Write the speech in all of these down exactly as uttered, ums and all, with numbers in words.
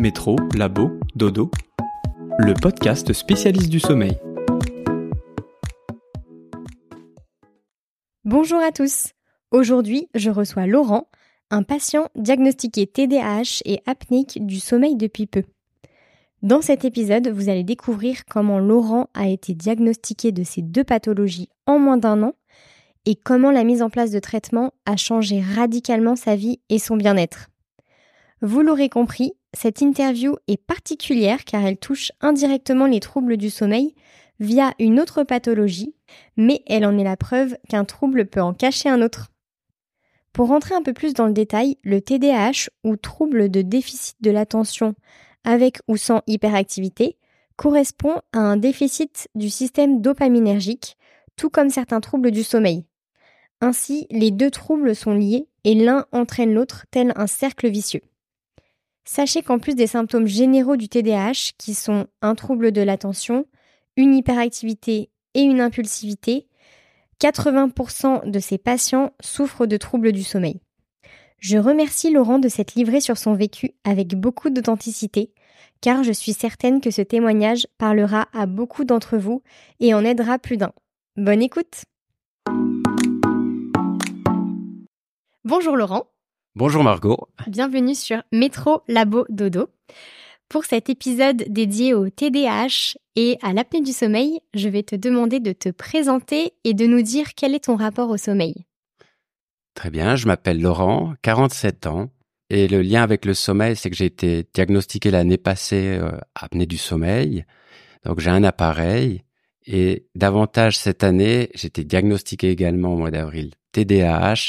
Métro, Labo, Dodo, le podcast spécialiste du sommeil. Bonjour à tous. Aujourd'hui, je reçois Laurent, un patient diagnostiqué T D A H et apnéique du sommeil depuis peu. Dans cet épisode, vous allez découvrir comment Laurent a été diagnostiqué de ces deux pathologies en moins d'un an et comment la mise en place de traitements a changé radicalement sa vie et son bien-être. Vous l'aurez compris, cette interview est particulière car elle touche indirectement les troubles du sommeil via une autre pathologie, mais elle en est la preuve qu'un trouble peut en cacher un autre. Pour rentrer un peu plus dans le détail, le T D A H, ou trouble de déficit de l'attention avec ou sans hyperactivité, correspond à un déficit du système dopaminergique, tout comme certains troubles du sommeil. Ainsi, les deux troubles sont liés et l'un entraîne l'autre tel un cercle vicieux. Sachez qu'en plus des symptômes généraux du T D A H, qui sont un trouble de l'attention, une hyperactivité et une impulsivité, quatre-vingts pour cent de ces patients souffrent de troubles du sommeil. Je remercie Laurent de s'être livré sur son vécu avec beaucoup d'authenticité, car je suis certaine que ce témoignage parlera à beaucoup d'entre vous et en aidera plus d'un. Bonne écoute! Bonjour Laurent. Bonjour Margot. Bienvenue sur Métro, Labo, Dodo. Pour cet épisode dédié au T D A H et à l'apnée du sommeil, je vais te demander de te présenter et de nous dire quel est ton rapport au sommeil. Très bien, je m'appelle Laurent, quarante-sept ans, et le lien avec le sommeil, c'est que j'ai été diagnostiqué l'année passée euh, apnée du sommeil. Donc j'ai un appareil, et davantage cette année, j'ai été diagnostiqué également au mois d'avril T D A H.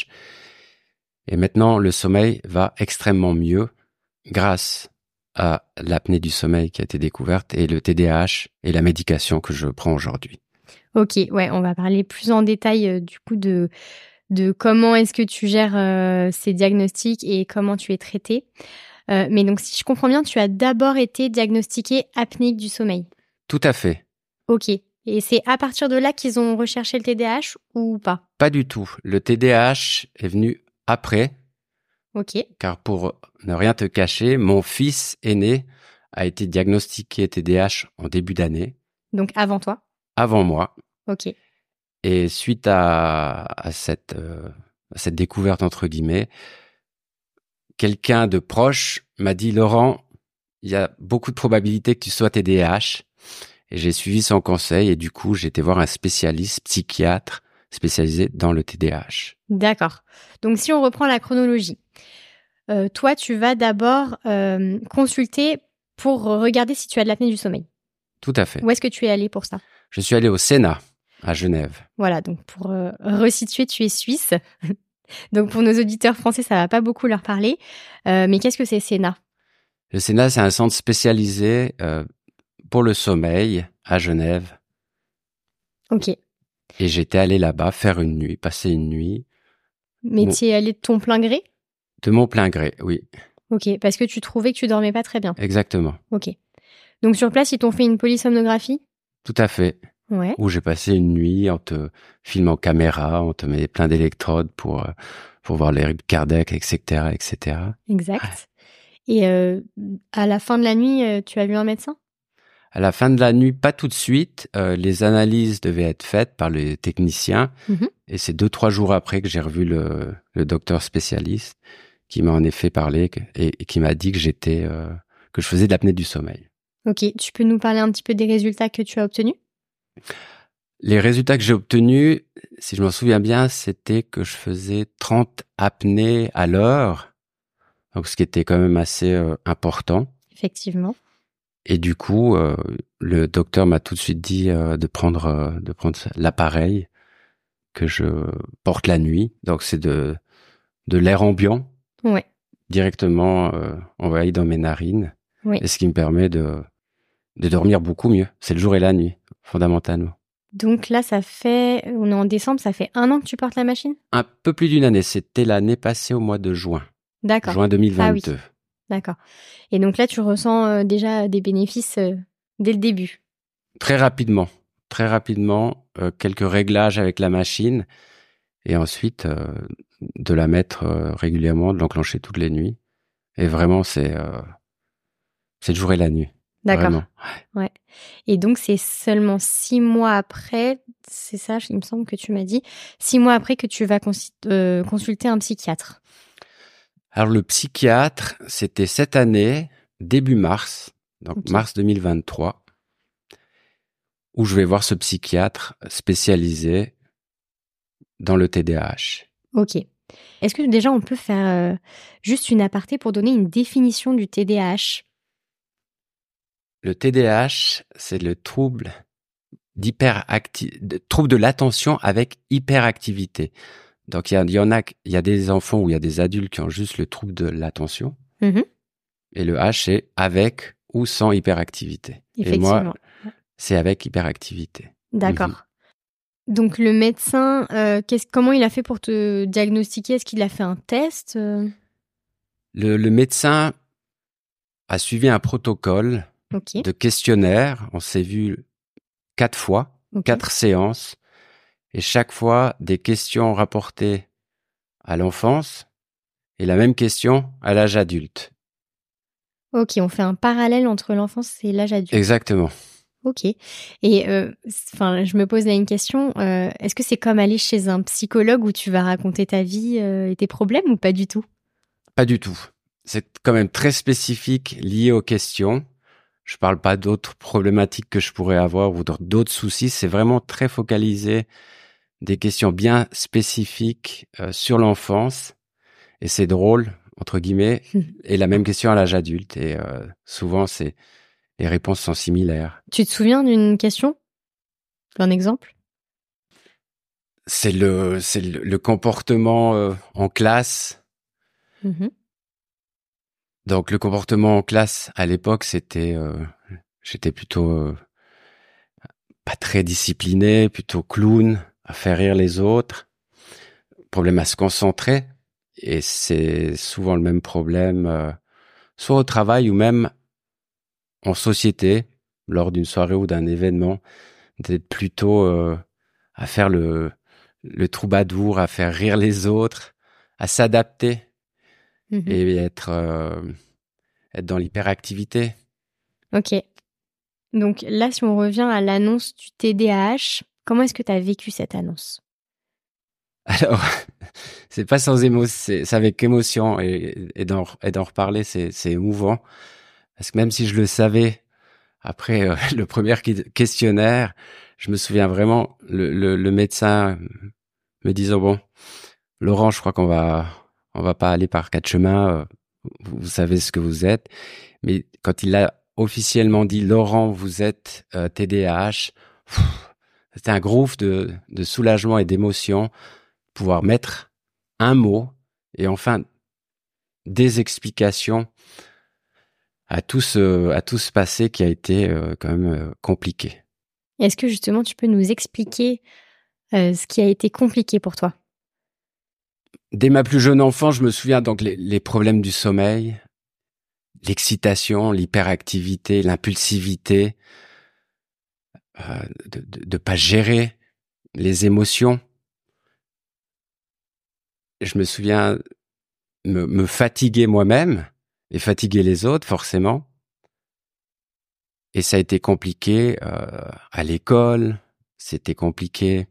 Et maintenant, le sommeil va extrêmement mieux grâce à l'apnée du sommeil qui a été découverte et le T D A H et la médication que je prends aujourd'hui. Ok, ouais, on va parler plus en détail euh, du coup de, de comment est-ce que tu gères euh, ces diagnostics et comment tu es traité. Euh, mais donc, si je comprends bien, tu as d'abord été diagnostiqué apnéique du sommeil. Tout à fait. Ok. Et c'est à partir de là qu'ils ont recherché le T D A H ou pas? Pas du tout. Le T D A H est venu après. Ok. Car pour ne rien te cacher, mon fils aîné a été diagnostiqué T D A H en début d'année. Donc avant toi? Avant moi. Ok. Et suite à, à, cette, euh, à cette découverte, entre guillemets, quelqu'un de proche m'a dit « Laurent, il y a beaucoup de probabilités que tu sois T D A H ». Et j'ai suivi son conseil et du coup, j'ai été voir un spécialiste psychiatre spécialisé dans le T D A H. D'accord. Donc, si on reprend la chronologie, euh, toi, tu vas d'abord euh, consulter pour regarder si tu as de l'apnée du sommeil. Tout à fait. Où est-ce que tu es allé pour ça? Je suis allé au Sénat, à Genève. Voilà, donc pour euh, resituer, tu es suisse. Donc, pour nos auditeurs français, ça va pas beaucoup leur parler. Euh, mais qu'est-ce que c'est Sénat? Le Sénat, c'est un centre spécialisé euh, pour le sommeil à Genève. Ok. Et j'étais allé là-bas faire une nuit, passer une nuit. Mais Bon. tu es allé de ton plein gré? De mon plein gré, oui. Ok, parce que tu trouvais que tu dormais pas très bien. Exactement. Ok. Donc sur place, ils t'ont fait une polysomnographie? Tout à fait. Ouais. Où j'ai passé une nuit, on te filme en caméra, on te met plein d'électrodes pour, pour voir les rythmes cardiaques, et cetera, et cetera. Exact. Et euh, à la fin de la nuit, euh, tu as vu un médecin? À la fin de la nuit, pas tout de suite. Euh, les analyses devaient être faites par les techniciens. Mmh. Et c'est deux, trois jours après que j'ai revu le, le docteur spécialiste qui m'a en effet parlé et, et qui m'a dit que j'étais, euh, que je faisais de l'apnée du sommeil. Ok, tu peux nous parler un petit peu des résultats que tu as obtenus? Les résultats que j'ai obtenus, si je m'en souviens bien, c'était que je faisais trente apnées à l'heure. Donc, ce qui était quand même assez euh, important. Effectivement. Et du coup, euh, le docteur m'a tout de suite dit euh, de prendre euh, de prendre l'appareil que je porte la nuit. Donc c'est de de l'air ambiant, Ouais. directement euh, envoyé dans mes narines, Oui. et ce qui me permet de de dormir beaucoup mieux. C'est le jour et la nuit, fondamentalement. Donc là, ça fait, on est en décembre, ça fait un an que tu portes la machine? Un peu plus d'une année. C'était l'année passée au mois de juin. D'accord. Juin deux mille vingt-deux. Ah oui. D'accord. Et donc là, tu ressens euh, déjà des bénéfices euh, dès le début? Très rapidement. Très rapidement, euh, quelques réglages avec la machine. Et ensuite, euh, de la mettre euh, régulièrement, de l'enclencher toutes les nuits. Et vraiment, c'est... Euh, C'est le jour et la nuit. D'accord. Vraiment. Ouais. Et donc, c'est seulement six mois après, c'est ça, il me semble que tu m'as dit, six mois après que tu vas cons- euh, consulter un psychiatre. Alors, le psychiatre, c'était cette année, début mars, donc Ok. mars deux mille vingt-trois, où je vais voir ce psychiatre spécialisé dans le T D A H. Ok. Est-ce que déjà, on peut faire euh, juste une aparté pour donner une définition du T D A H? Le T D A H, c'est le trouble d'hyperacti- de- trouble de l'attention avec hyperactivité. Donc, il y, a- il y en a, il y a des enfants ou il y a des adultes qui ont juste le trouble de l'attention. Mhm. Et le H, c'est avec ou sans hyperactivité. Et Effectivement. moi, c'est avec hyperactivité. D'accord. Mhm. Donc, le médecin, euh, qu'est-ce- comment il a fait pour te diagnostiquer? Est-ce qu'il a fait un test? euh Le, le médecin a suivi un protocole Ok. de questionnaire. On s'est vu quatre fois, Ok. quatre séances. Et chaque fois, des questions rapportées à l'enfance et la même question à l'âge adulte. Ok, on fait un parallèle entre l'enfance et l'âge adulte. Exactement. Ok. Et euh, enfin, je me pose là une question. euh, est-ce que c'est comme aller chez un psychologue où tu vas raconter ta vie euh, et tes problèmes ou pas du tout? Pas du tout. C'est quand même très spécifique, lié aux questions. Je parle pas d'autres problématiques que je pourrais avoir ou d'autres soucis. C'est vraiment très focalisé, des questions bien spécifiques euh, sur l'enfance. Et c'est drôle, entre guillemets, et la même question à l'âge adulte. Et euh, souvent, c'est les réponses sont similaires. Tu te souviens d'une question? Un exemple? C'est le, c'est le, le comportement euh, en classe. Mhm. Donc, le comportement en classe, à l'époque, c'était... Euh, j'étais plutôt euh, pas très discipliné, plutôt clown, à faire rire les autres. Problème à se concentrer. Et c'est souvent le même problème, euh, soit au travail ou même en société, lors d'une soirée ou d'un événement, d'être plutôt euh, à faire le, le troubadour, à faire rire les autres, à s'adapter Mhm. et être, euh, être dans l'hyperactivité. Ok. Donc là, si on revient à l'annonce du T D A H, comment est-ce que tu as vécu cette annonce? Alors, c'est pas sans émotion, c'est, c'est avec émotion et, et, d'en, et d'en reparler, c'est, c'est émouvant. Parce que même si je le savais, après euh, le premier questionnaire, je me souviens vraiment, le, le, le médecin me disant, bon, Laurent, je crois qu'on va, on va pas aller par quatre chemins, euh, vous, vous savez ce que vous êtes. Mais quand il a officiellement dit, Laurent, vous êtes euh, T D A H, pff, c'était un groupe de, de soulagement et d'émotion, pouvoir mettre un mot et enfin des explications à tout ce, à tout ce passé qui a été euh, quand même euh, compliqué. Est-ce que justement tu peux nous expliquer euh, ce qui a été compliqué pour toi? Dès ma plus jeune enfance, je me souviens donc les, les problèmes du sommeil, l'excitation, l'hyperactivité, l'impulsivité, euh, de, de, de pas gérer les émotions. Je me souviens me, me fatiguer moi-même et fatiguer les autres, forcément. Et ça a été compliqué euh, à l'école, c'était compliqué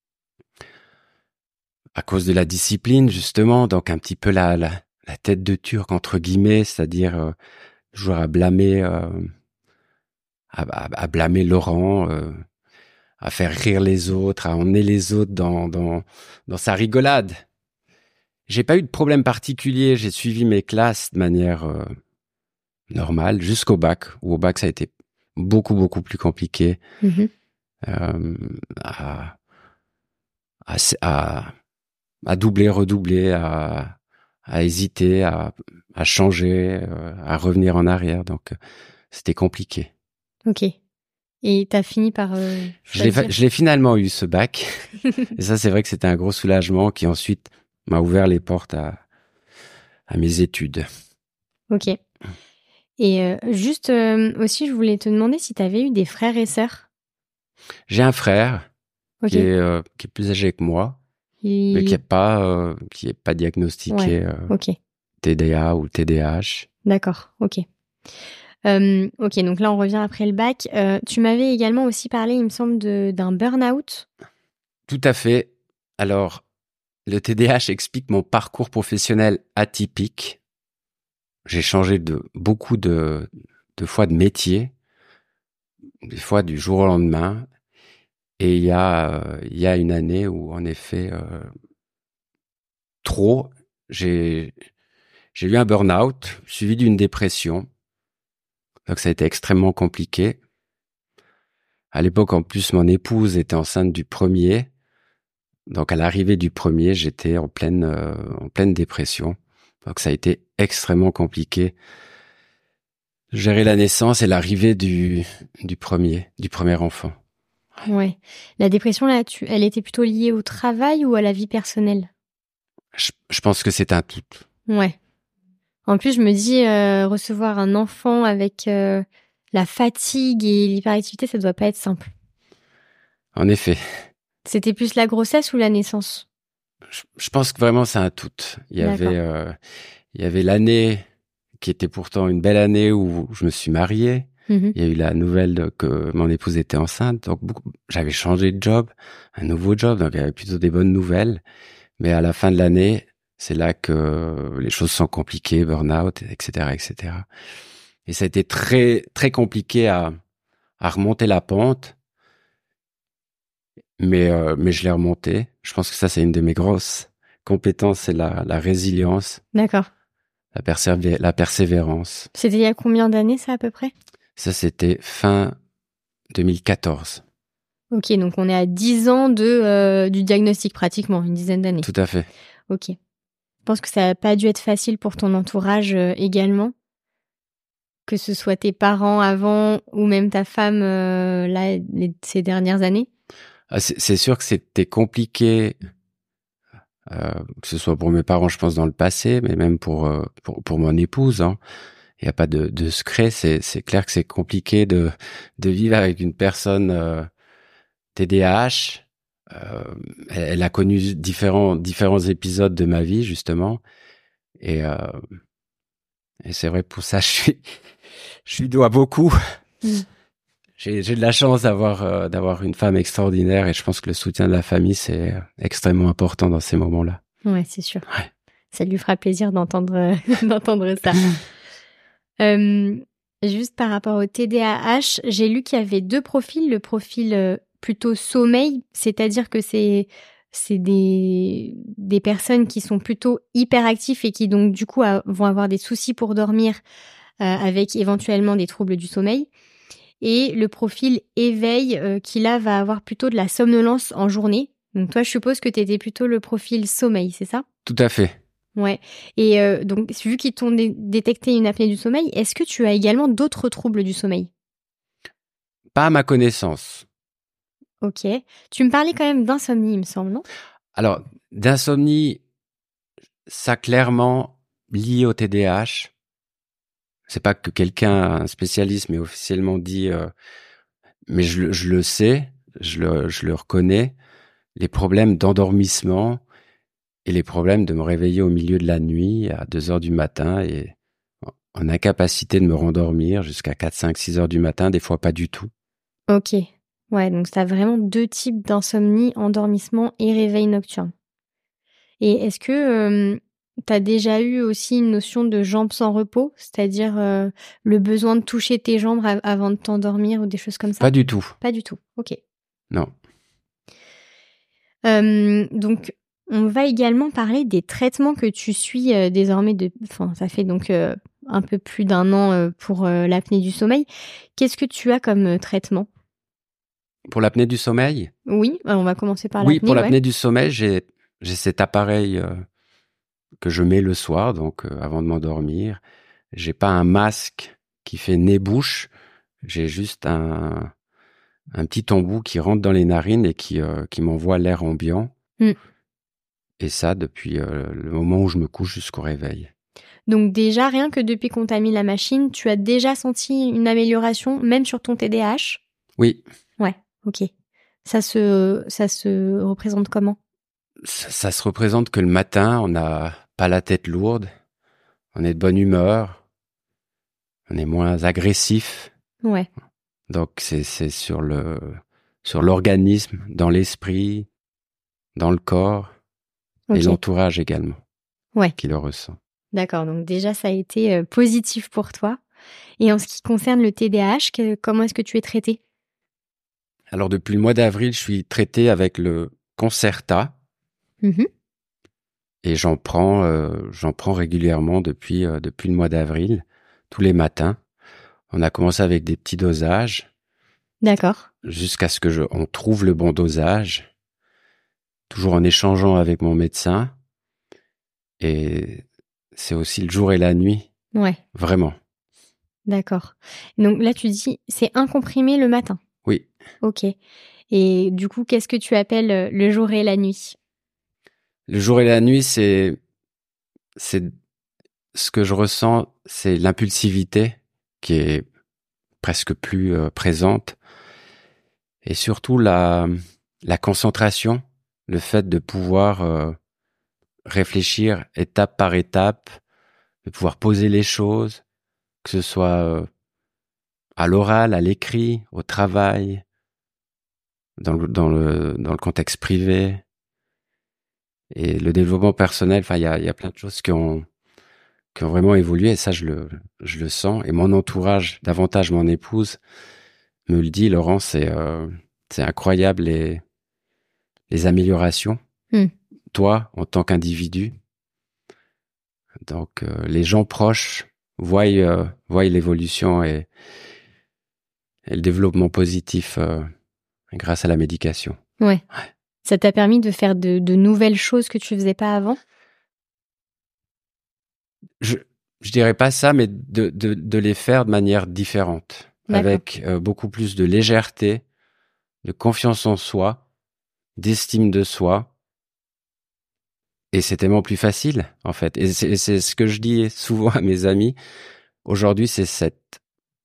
à cause de la discipline, justement, donc un petit peu la, la, la tête de Turc, entre guillemets, c'est-à-dire euh, toujours à blâmer, euh, à, à, à blâmer Laurent, euh, à faire rire les autres, à emmener les autres dans, dans, dans sa rigolade. J'ai pas eu de problème particulier, j'ai suivi mes classes de manière euh, normale, jusqu'au bac, où au bac ça a été beaucoup, beaucoup plus compliqué. Mmh. Euh, à, à, à, à doubler, redoubler, à, à hésiter, à, à changer, euh, à revenir en arrière. Donc, euh, c'était compliqué. Ok. Et t'as fini par euh, Je l'ai, choisir. je l'ai finalement eu, ce bac. Et ça, c'est vrai que c'était un gros soulagement qui ensuite m'a ouvert les portes à, à mes études. Ok. Et euh, juste euh, aussi, je voulais te demander si tu avais eu des frères et sœurs. J'ai un frère Ok. qui est, euh, qui est plus âgé que moi, Il- mais qui est pas, euh, qui est pas diagnostiqué Ouais. euh, Ok. T D A ou T D A H. D'accord. Ok. Euh, ok, donc là, on revient après le bac. Euh, tu m'avais également aussi parlé, il me semble, de, d'un burn-out. Tout à fait. Alors, le T D A H explique mon parcours professionnel atypique. J'ai changé de beaucoup de, de fois de métier, des fois du jour au lendemain. Et il y a, euh, il y a une année où, en effet, euh, trop, j'ai, j'ai eu un burn-out suivi d'une dépression. Donc, ça a été extrêmement compliqué. À l'époque, en plus, mon épouse était enceinte du premier. Donc, à l'arrivée du premier, j'étais en pleine, euh, en pleine dépression. Donc, ça a été extrêmement compliqué. Gérer la naissance et l'arrivée du, du premier, du premier enfant. Ouais. La dépression, là, tu, elle était plutôt liée au travail ou à la vie personnelle? Je, je pense que c'est un tout. Ouais. En plus, je me dis, euh, recevoir un enfant avec euh, la fatigue et l'hyperactivité, ça doit pas être simple. En effet. C'était plus la grossesse ou la naissance? Je, je pense que vraiment c'est un tout. Il y D'accord. avait, euh, il y avait l'année qui était pourtant une belle année où je me suis marié. Mmh. Il y a eu la nouvelle de, que mon épouse était enceinte. Donc, beaucoup, j'avais changé de job, un nouveau job. Donc, il y avait plutôt des bonnes nouvelles. Mais à la fin de l'année, c'est là que les choses sont compliquées, burn-out, et cetera, et cetera. Et ça a été très, très compliqué à, à remonter la pente. Mais, euh, mais je l'ai remonté. Je pense que ça, c'est une de mes grosses compétences, c'est la, la résilience, D'accord. la, persévé- la persévérance. C'était il y a combien d'années, ça, à peu près? Ça, c'était fin deux mille quatorze. Ok, donc on est à dix ans de, euh, du diagnostic, pratiquement, une dizaine d'années. Tout à fait. Ok. Je pense que ça n'a pas dû être facile pour ton entourage euh, également, que ce soit tes parents avant ou même ta femme euh, là, les, ces dernières années. Ah, c'est, c'est sûr que c'était compliqué, euh, que ce soit pour mes parents, je pense, dans le passé, mais même pour euh, pour, pour mon épouse. Hein. Il n'y a pas de, de secret. C'est, c'est clair que c'est compliqué de de vivre avec une personne euh, T D A H. Euh, elle, elle a connu différents différents épisodes de ma vie justement, et euh, et c'est vrai pour ça je suis je lui dois beaucoup. Mmh. J'ai, j'ai de la chance d'avoir euh, d'avoir une femme extraordinaire et je pense que le soutien de la famille c'est extrêmement important dans ces moments-là. Ouais, c'est sûr. Ouais. Ça lui fera plaisir d'entendre d'entendre ça. euh, juste par rapport au T D A H, j'ai lu qu'il y avait deux profils. Le profil euh, plutôt sommeil, c'est-à-dire que c'est c'est des des personnes qui sont plutôt hyperactifs et qui donc du coup a, vont avoir des soucis pour dormir euh, avec éventuellement des troubles du sommeil. Et le profil éveil euh, qui là va avoir plutôt de la somnolence en journée. Donc toi, je suppose que tu étais plutôt le profil sommeil, c'est ça? Tout à fait. Ouais. Et euh, donc, vu qu'ils t'ont dé- détecté une apnée du sommeil, est-ce que tu as également d'autres troubles du sommeil? Pas à ma connaissance. Ok. Tu me parlais quand même d'insomnie, il me semble, non? Alors, d'insomnie, ça clairement lié au T D A H. C'est pas que quelqu'un, un spécialiste, mais officiellement dit, euh, mais je, le- je le sais, je le, je le reconnais, les problèmes d'endormissement et les problèmes de me réveiller au milieu de la nuit à deux heures du matin et en incapacité de me rendormir jusqu'à quatre, cinq, six heures du matin, des fois pas du tout. Ok. Ouais, donc tu as vraiment deux types d'insomnie, endormissement et réveil nocturne. Et est-ce que tu as déjà eu aussi une notion de jambes sans repos, c'est-à-dire euh, le besoin de toucher tes jambes av- avant de t'endormir ou des choses comme ça? Pas du tout. Pas du tout. Ok. Non. Euh, donc, on va également parler des traitements que tu suis euh, désormais. De, enfin, ça fait donc euh, un peu plus d'un an euh, pour euh, l'apnée du sommeil. Qu'est-ce que tu as comme euh, traitement? Pour l'apnée du sommeil? Oui, euh, on va commencer par Oui, l'apnée. pour l'apnée Ouais. du sommeil, j'ai, j'ai cet appareil euh, que je mets le soir, donc euh, avant de m'endormir. J'ai pas un masque qui fait nez-bouche. J'ai juste un, un petit embout qui rentre dans les narines et qui, euh, qui m'envoie l'air ambiant. Mm. Et ça, depuis euh, le moment où je me couche jusqu'au réveil. Donc déjà, rien que depuis qu'on t'a mis la machine, tu as déjà senti une amélioration, même sur ton T D A H? Oui. Ouais, ok. Ça se, ça se représente comment? Ça, ça se représente que le matin, on n'a pas la tête lourde, on est de bonne humeur. on est moins agressif. Ouais. Donc c'est c'est sur le sur l'organisme, dans l'esprit, dans le corps Okay. et l'entourage également. Ouais. Qui le ressent. D'accord, donc déjà ça a été euh, positif pour toi. Et en ce qui concerne le T D A H, que, comment est-ce que tu es traité? Alors depuis le mois d'avril, je suis traité avec le Concerta. Mmh. Et j'en prends, euh, j'en prends régulièrement depuis euh, depuis le mois d'avril, tous les matins. On a commencé avec des petits dosages, D'accord. jusqu'à ce que je, on trouve le bon dosage, toujours en échangeant avec mon médecin. Et c'est aussi le jour et la nuit, Ouais, vraiment. d'accord. Donc là tu dis c'est un comprimé le matin. Oui. Ok. Et du coup, qu'est-ce que tu appelles euh, le jour et la nuit? Le jour et la nuit, c'est c'est ce que je ressens, c'est l'impulsivité qui est presque plus euh, présente, et surtout la la concentration, le fait de pouvoir euh, réfléchir étape par étape, de pouvoir poser les choses, que ce soit euh, à l'oral, à l'écrit, au travail, dans le dans le dans le contexte privé, et le développement personnel. Enfin, il y a il y a plein de choses qui ont qui ont vraiment évolué, et ça je le je le sens, et mon entourage, davantage mon épouse, me le dit. Laurent, c'est euh, c'est incroyable les les améliorations. Hmm. Toi, en tant qu'individu, donc euh, les gens proches voient euh, voient l'évolution et, et le développement positif euh, grâce à la médication. Ouais. Ouais. Ça t'a permis de faire de, de nouvelles choses que tu faisais pas avant? Je je dirais pas ça, mais de de de les faire de manière différente, D'accord. avec euh, beaucoup plus de légèreté, de confiance en soi, d'estime de soi. Et c'est tellement plus facile, en fait. Et c'est, c'est ce que je dis souvent à mes amis. Aujourd'hui, c'est cette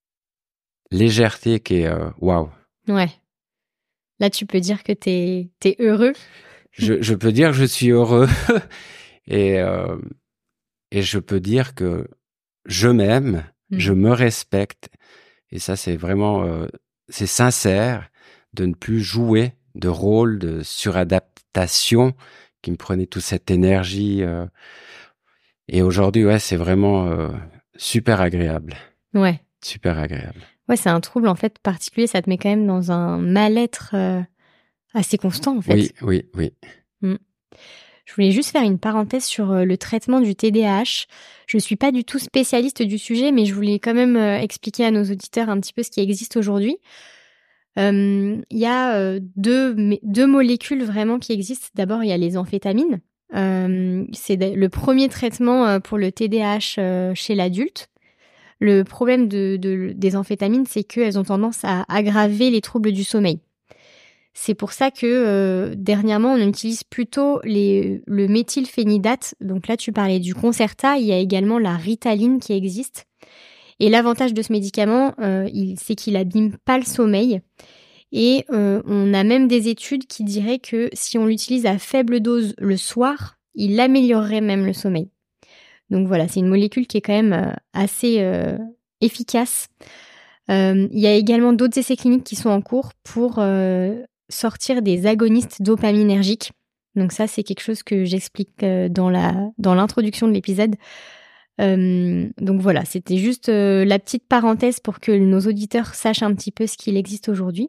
légèreté qui est euh, waouh. Ouais. Là, tu peux dire que t'es, t'es heureux. Je, je peux dire que je suis heureux et euh, et je peux dire que je m'aime, Mmh. je me respecte. Et ça, c'est vraiment euh, c'est sincère, de ne plus jouer de rôle de suradaptation qui me prenait toute cette énergie. Euh, et aujourd'hui, ouais, c'est vraiment euh, super agréable. Ouais. Super agréable. Ouais, c'est un trouble en fait particulier. Ça te met quand même dans un mal-être euh, assez constant en fait. Oui, oui, oui. Mm. Je voulais juste faire une parenthèse sur euh, le traitement du T D A H. Je suis pas du tout spécialiste du sujet, mais je voulais quand même euh, expliquer à nos auditeurs un petit peu ce qui existe aujourd'hui. Il euh, y a euh, deux, deux molécules vraiment qui existent. D'abord, il y a les amphétamines. Euh, c'est le premier traitement euh, pour le T D A H euh, chez l'adulte. Le problème de, de, des amphétamines, c'est qu'elles ont tendance à aggraver les troubles du sommeil. C'est pour ça que euh, dernièrement, on utilise plutôt les, le méthylphénidate. Donc là, tu parlais du Concerta. Il y a également la Ritaline qui existe. Et l'avantage de ce médicament, euh, il, c'est qu'il abîme pas le sommeil. Et euh, on a même des études qui diraient que si on l'utilise à faible dose le soir, il améliorerait même le sommeil. Donc voilà, c'est une molécule qui est quand même euh, assez euh, efficace. Euh, il y a également d'autres essais cliniques qui sont en cours pour euh, sortir des agonistes dopaminergiques. Donc ça, c'est quelque chose que j'explique euh, dans la dans l'introduction de l'épisode. Euh, donc voilà, c'était juste euh, la petite parenthèse pour que nos auditeurs sachent un petit peu ce qu'il existe aujourd'hui.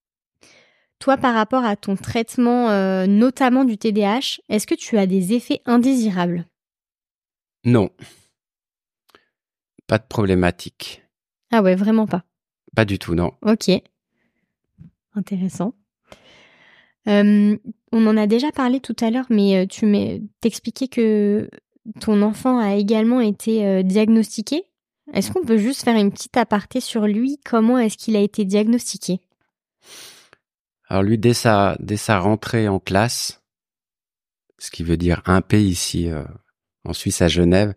Toi, par rapport à ton traitement, euh, notamment du T D A H, est-ce que tu as des effets indésirables ? Non. Pas de problématique. Ah ouais, vraiment pas. Pas du tout, non. Ok. Intéressant. Euh, on en a déjà parlé tout à l'heure, mais tu m'es, t'expliquais que ton enfant a également été euh, diagnostiqué. Est-ce qu'on peut juste faire une petite aparté sur lui ? Comment est-ce qu'il a été diagnostiqué ? Alors lui, dès sa, dès sa rentrée en classe, ce qui veut dire un P ici, euh, en Suisse, à Genève.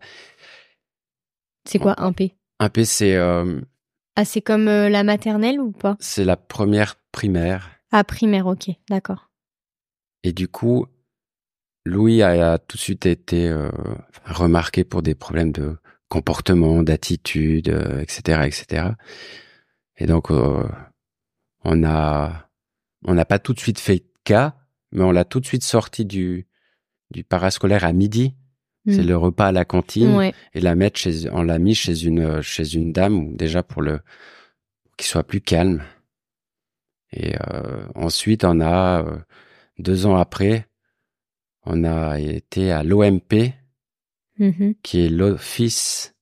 C'est quoi un P ? Un P, c'est... Euh, ah, c'est comme euh, la maternelle ou pas ? C'est la première primaire. Ah, primaire, ok, d'accord. Et du coup, Louis a, a tout de suite été euh, remarqué pour des problèmes de comportement, d'attitude, euh, et cetera, et cetera. Et donc, euh, on a, on n'a pas tout de suite fait de cas, mais on l'a tout de suite sorti du, du parascolaire à midi. Mmh. C'est le repas à la cantine. Ouais. Et la mettre chez, on l'a mis chez une, chez une dame, déjà pour le, pour qu'il soit plus calme. Et euh, ensuite, on a, euh, deux ans après, on a été à l'O M P, mmh. qui est l'office.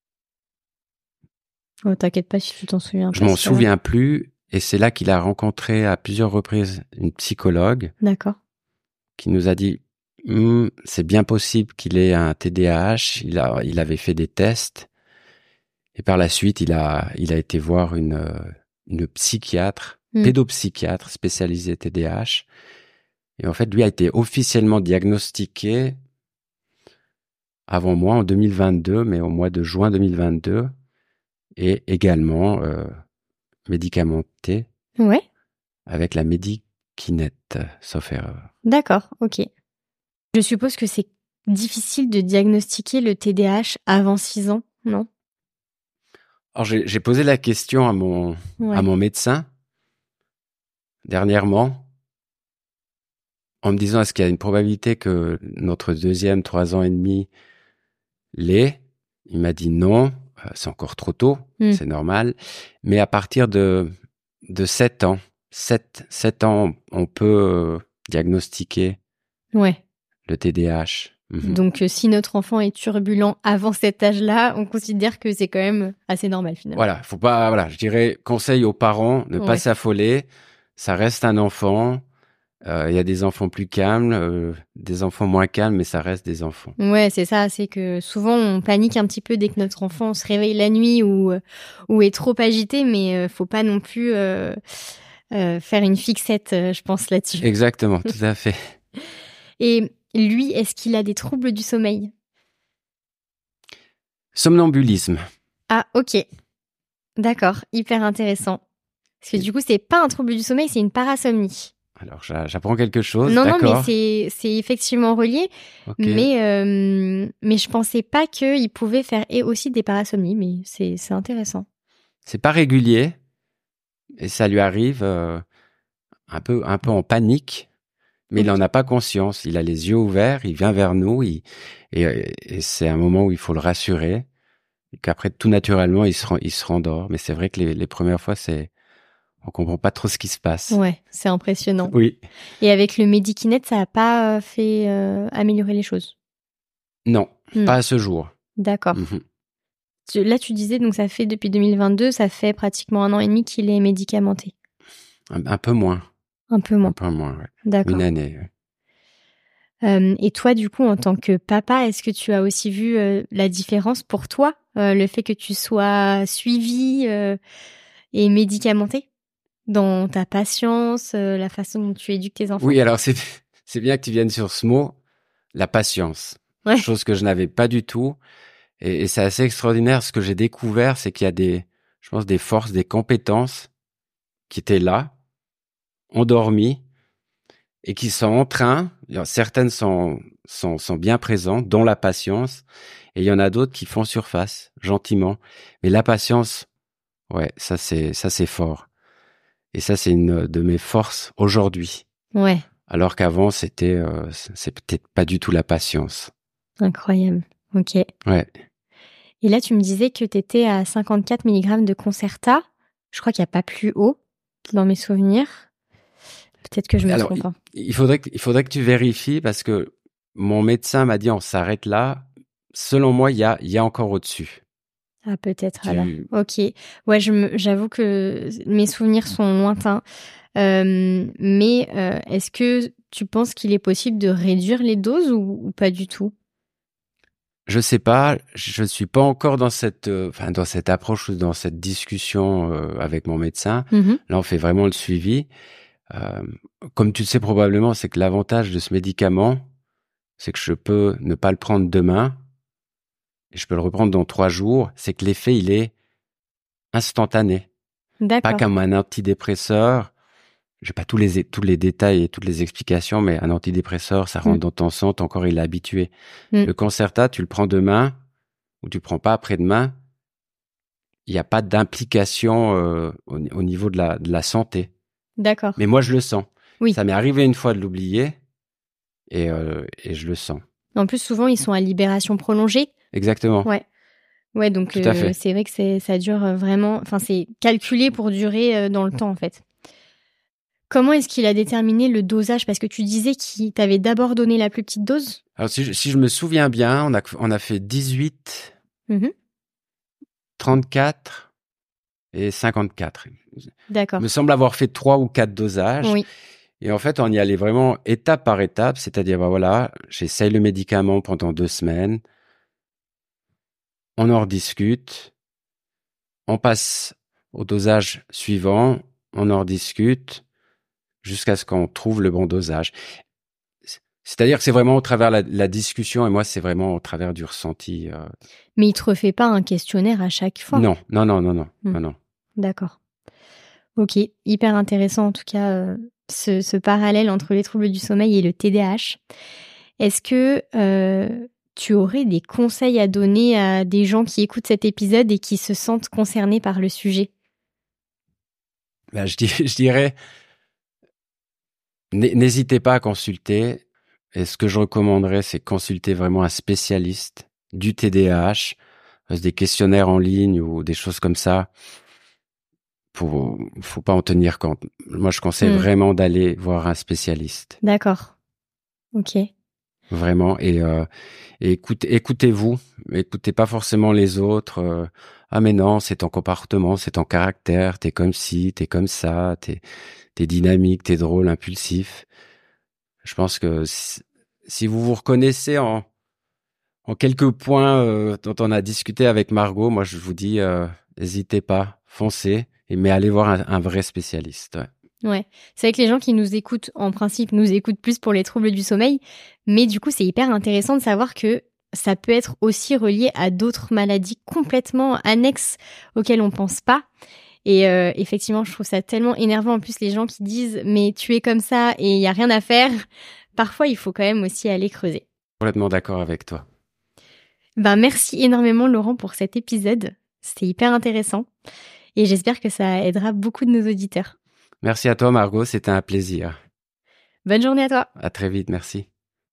Oh, t'inquiète pas si tu t'en souviens pas. Je m'en souviens plus. Et c'est là qu'il a rencontré à plusieurs reprises une psychologue. D'accord. Qui nous a dit, hm, c'est bien possible qu'il ait un T D A H. Il a, il avait fait des tests. Et par la suite, il a, il a été voir une, une psychiatre, mmh. pédopsychiatre spécialisée T D A H. Et en fait, lui a été officiellement diagnostiqué avant moi, en deux mille vingt-deux, mais au mois de juin deux mille vingt-deux. Et également euh, médicamenté. Ouais. Avec la Medikinette, sauf erreur. D'accord, ok. Je suppose que c'est difficile de diagnostiquer le T D A H avant six ans, non? Alors, j'ai, j'ai posé la question à mon, ouais. à mon médecin dernièrement en me disant est-ce qu'il y a une probabilité que notre deuxième, trois ans et demi l'ait? Il m'a dit non, c'est encore trop tôt, mmh. c'est normal. Mais à partir de, de sept ans, sept, sept ans, on peut diagnostiquer ouais. le T D A H. Mmh. Donc, euh, si notre enfant est turbulent avant cet âge-là, on considère que c'est quand même assez normal finalement. Voilà, faut pas, voilà, je dirais conseil aux parents, ne ouais. pas s'affoler. Ça reste un enfant. Il euh, y a des enfants plus calmes, euh, des enfants moins calmes, mais ça reste des enfants. Ouais, c'est ça. C'est que souvent on panique un petit peu dès que notre enfant se réveille la nuit ou ou est trop agité, mais euh, faut pas non plus euh, euh, faire une fixette, euh, je pense là-dessus. Exactement, tout à fait. Et lui, est-ce qu'il a des troubles du sommeil? Somnambulisme. Ah, ok. D'accord, hyper intéressant. Parce que du coup, c'est pas un trouble du sommeil, c'est une parasomnie. Alors, j'apprends quelque chose, non, d'accord. Non, mais c'est, c'est effectivement relié. Okay. Mais, euh, mais je pensais pas qu'il pouvait faire et aussi des parasomnies, mais c'est, c'est intéressant. C'est pas régulier, et ça lui arrive euh, un peu, un peu en panique. Mais okay. il n'en a pas conscience. Il a les yeux ouverts, il vient vers nous, il, et, et c'est un moment où il faut le rassurer. Et qu'après, tout naturellement, il se, il se rendort. Mais c'est vrai que les, les premières fois, c'est, on comprend pas trop ce qui se passe. Ouais, c'est impressionnant. Oui. Et avec le Medikinette, ça n'a pas fait euh, améliorer les choses? Non, mmh. pas à ce jour. D'accord. Mmh. Là, tu disais, donc ça fait depuis deux mille vingt-deux, ça fait pratiquement un an et demi qu'il est médicamenté. Un, un peu moins. Un peu moins. Un peu moins, ouais. D'accord. Une année, ouais. Euh, et toi, du coup, en tant que papa, est-ce que tu as aussi vu euh, la différence pour toi, euh, le fait que tu sois suivi euh, et médicamenté dans ta patience, euh, la façon dont tu éduques tes enfants? Oui, alors c'est, c'est bien que tu viennes sur ce mot, la patience. Ouais. Chose que je n'avais pas du tout. Et, et c'est assez extraordinaire. Ce que j'ai découvert, c'est qu'il y a des, je pense, des forces, des compétences qui étaient là, endormies, et qui sont en train, certaines sont, sont, sont bien présentes, dont la patience, et il y en a d'autres qui font surface, gentiment. Mais la patience, ouais, ça c'est, ça c'est fort. Et ça, c'est une de mes forces aujourd'hui. Ouais. Alors qu'avant, c'était, euh, c'est peut-être pas du tout la patience. Incroyable. Ok. Ouais. Et là, tu me disais que tu étais à cinquante-quatre milligrammes de Concerta. Je crois qu'il n'y a pas plus haut dans mes souvenirs. Peut-être que je me Alors, trompe. Hein. Il faudrait que, il faudrait que tu vérifies parce que mon médecin m'a dit on s'arrête là. Selon moi, il y a, il y a encore au-dessus. Ah, peut-être tu... alors. Ok. Ouais, je me, j'avoue que mes souvenirs sont lointains. Euh, mais euh, est-ce que tu penses qu'il est possible de réduire les doses ou, ou pas du tout? Je sais pas. Je suis pas encore dans cette, euh, enfin dans cette approche ou dans cette discussion euh, avec mon médecin. Mm-hmm. Là, on fait vraiment le suivi. Euh, comme tu le sais probablement, c'est que l'avantage de ce médicament, c'est que je peux ne pas le prendre demain et je peux le reprendre dans trois jours. C'est que l'effet, il est instantané. D'accord. Pas comme un antidépresseur. J'ai pas tous les tous les détails et toutes les explications, mais un antidépresseur, ça rentre mmh. dans ton sang, ton corps il est habitué. Mmh. Le Concerta, tu le prends demain ou tu prends pas après-demain, il n'y a pas d'implication euh, au, au niveau de la, de la santé. D'accord. Mais moi, je le sens. Oui. Ça m'est arrivé une fois de l'oublier et, euh, et je le sens. En plus, souvent, ils sont à libération prolongée. Exactement. Ouais. Ouais, donc Tout à fait. euh, c'est vrai que c'est, ça dure vraiment... Enfin, c'est calculé pour durer euh, dans le temps, en fait. Comment est-ce qu'il a déterminé le dosage ? Parce que tu disais qu'il t'avait d'abord donné la plus petite dose. Alors, si je, si je me souviens bien, on a, on a fait dix-huit, Mmh. trente-quatre et cinquante-quatre. D'accord. Il me semble avoir fait trois ou quatre dosages. Oui. Et en fait, on y allait vraiment étape par étape. C'est-à-dire, ben voilà, j'essaye le médicament pendant deux semaines. On en rediscute. On passe au dosage suivant. On en rediscute jusqu'à ce qu'on trouve le bon dosage. C'est-à-dire que c'est vraiment au travers de la, la discussion et moi, c'est vraiment au travers du ressenti. Euh... Mais il te refait pas un questionnaire à chaque fois ? Non, non, non, non, non, Hmm. non, non. D'accord. Ok, hyper intéressant en tout cas euh, ce, ce parallèle entre les troubles du sommeil et le T D A H. Est-ce que euh, tu aurais des conseils à donner à des gens qui écoutent cet épisode et qui se sentent concernés par le sujet ? Ben, je, dis, je dirais, n'hésitez pas à consulter. Et ce que je recommanderais, c'est consulter vraiment un spécialiste du T D A H, des questionnaires en ligne ou des choses comme ça. Pour, faut pas en tenir compte. Moi, je conseille mmh. vraiment d'aller voir un spécialiste. D'accord. Ok. Vraiment. Et, euh, et écoutez, écoutez-vous. Écoutez pas forcément les autres. Euh, ah, mais non, c'est ton comportement, c'est ton caractère. T'es comme ci, t'es comme ça. T'es, t'es dynamique, t'es drôle, impulsif. Je pense que si, si vous vous reconnaissez en, en quelques points euh, dont on a discuté avec Margot, moi je vous dis, euh, n'hésitez pas, foncez, et mais allez voir un, un vrai spécialiste. Ouais. Ouais, c'est vrai que les gens qui nous écoutent, en principe, nous écoutent plus pour les troubles du sommeil, mais du coup, c'est hyper intéressant de savoir que ça peut être aussi relié à d'autres maladies complètement annexes auxquelles on pense pas. Et euh, effectivement, je trouve ça tellement énervant. En plus, les gens qui disent « mais tu es comme ça et il n'y a rien à faire », parfois, il faut quand même aussi aller creuser. Complètement d'accord avec toi. Ben, merci énormément, Laurent, pour cet épisode. C'était hyper intéressant. Et j'espère que ça aidera beaucoup de nos auditeurs. Merci à toi, Margot. C'était un plaisir. Bonne journée à toi. À très vite. Merci.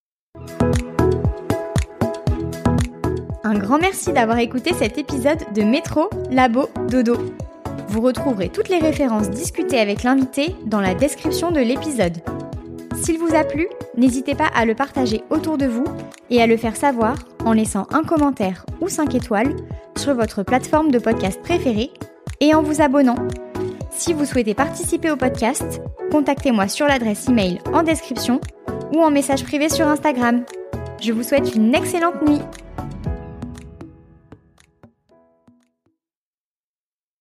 Un grand merci d'avoir écouté cet épisode de Métro, Labo, Dodo. Vous retrouverez toutes les références discutées avec l'invité dans la description de l'épisode. S'il vous a plu, n'hésitez pas à le partager autour de vous et à le faire savoir en laissant un commentaire ou cinq étoiles sur votre plateforme de podcast préférée et en vous abonnant. Si vous souhaitez participer au podcast, contactez-moi sur l'adresse email en description ou en message privé sur Instagram. Je vous souhaite une excellente nuit.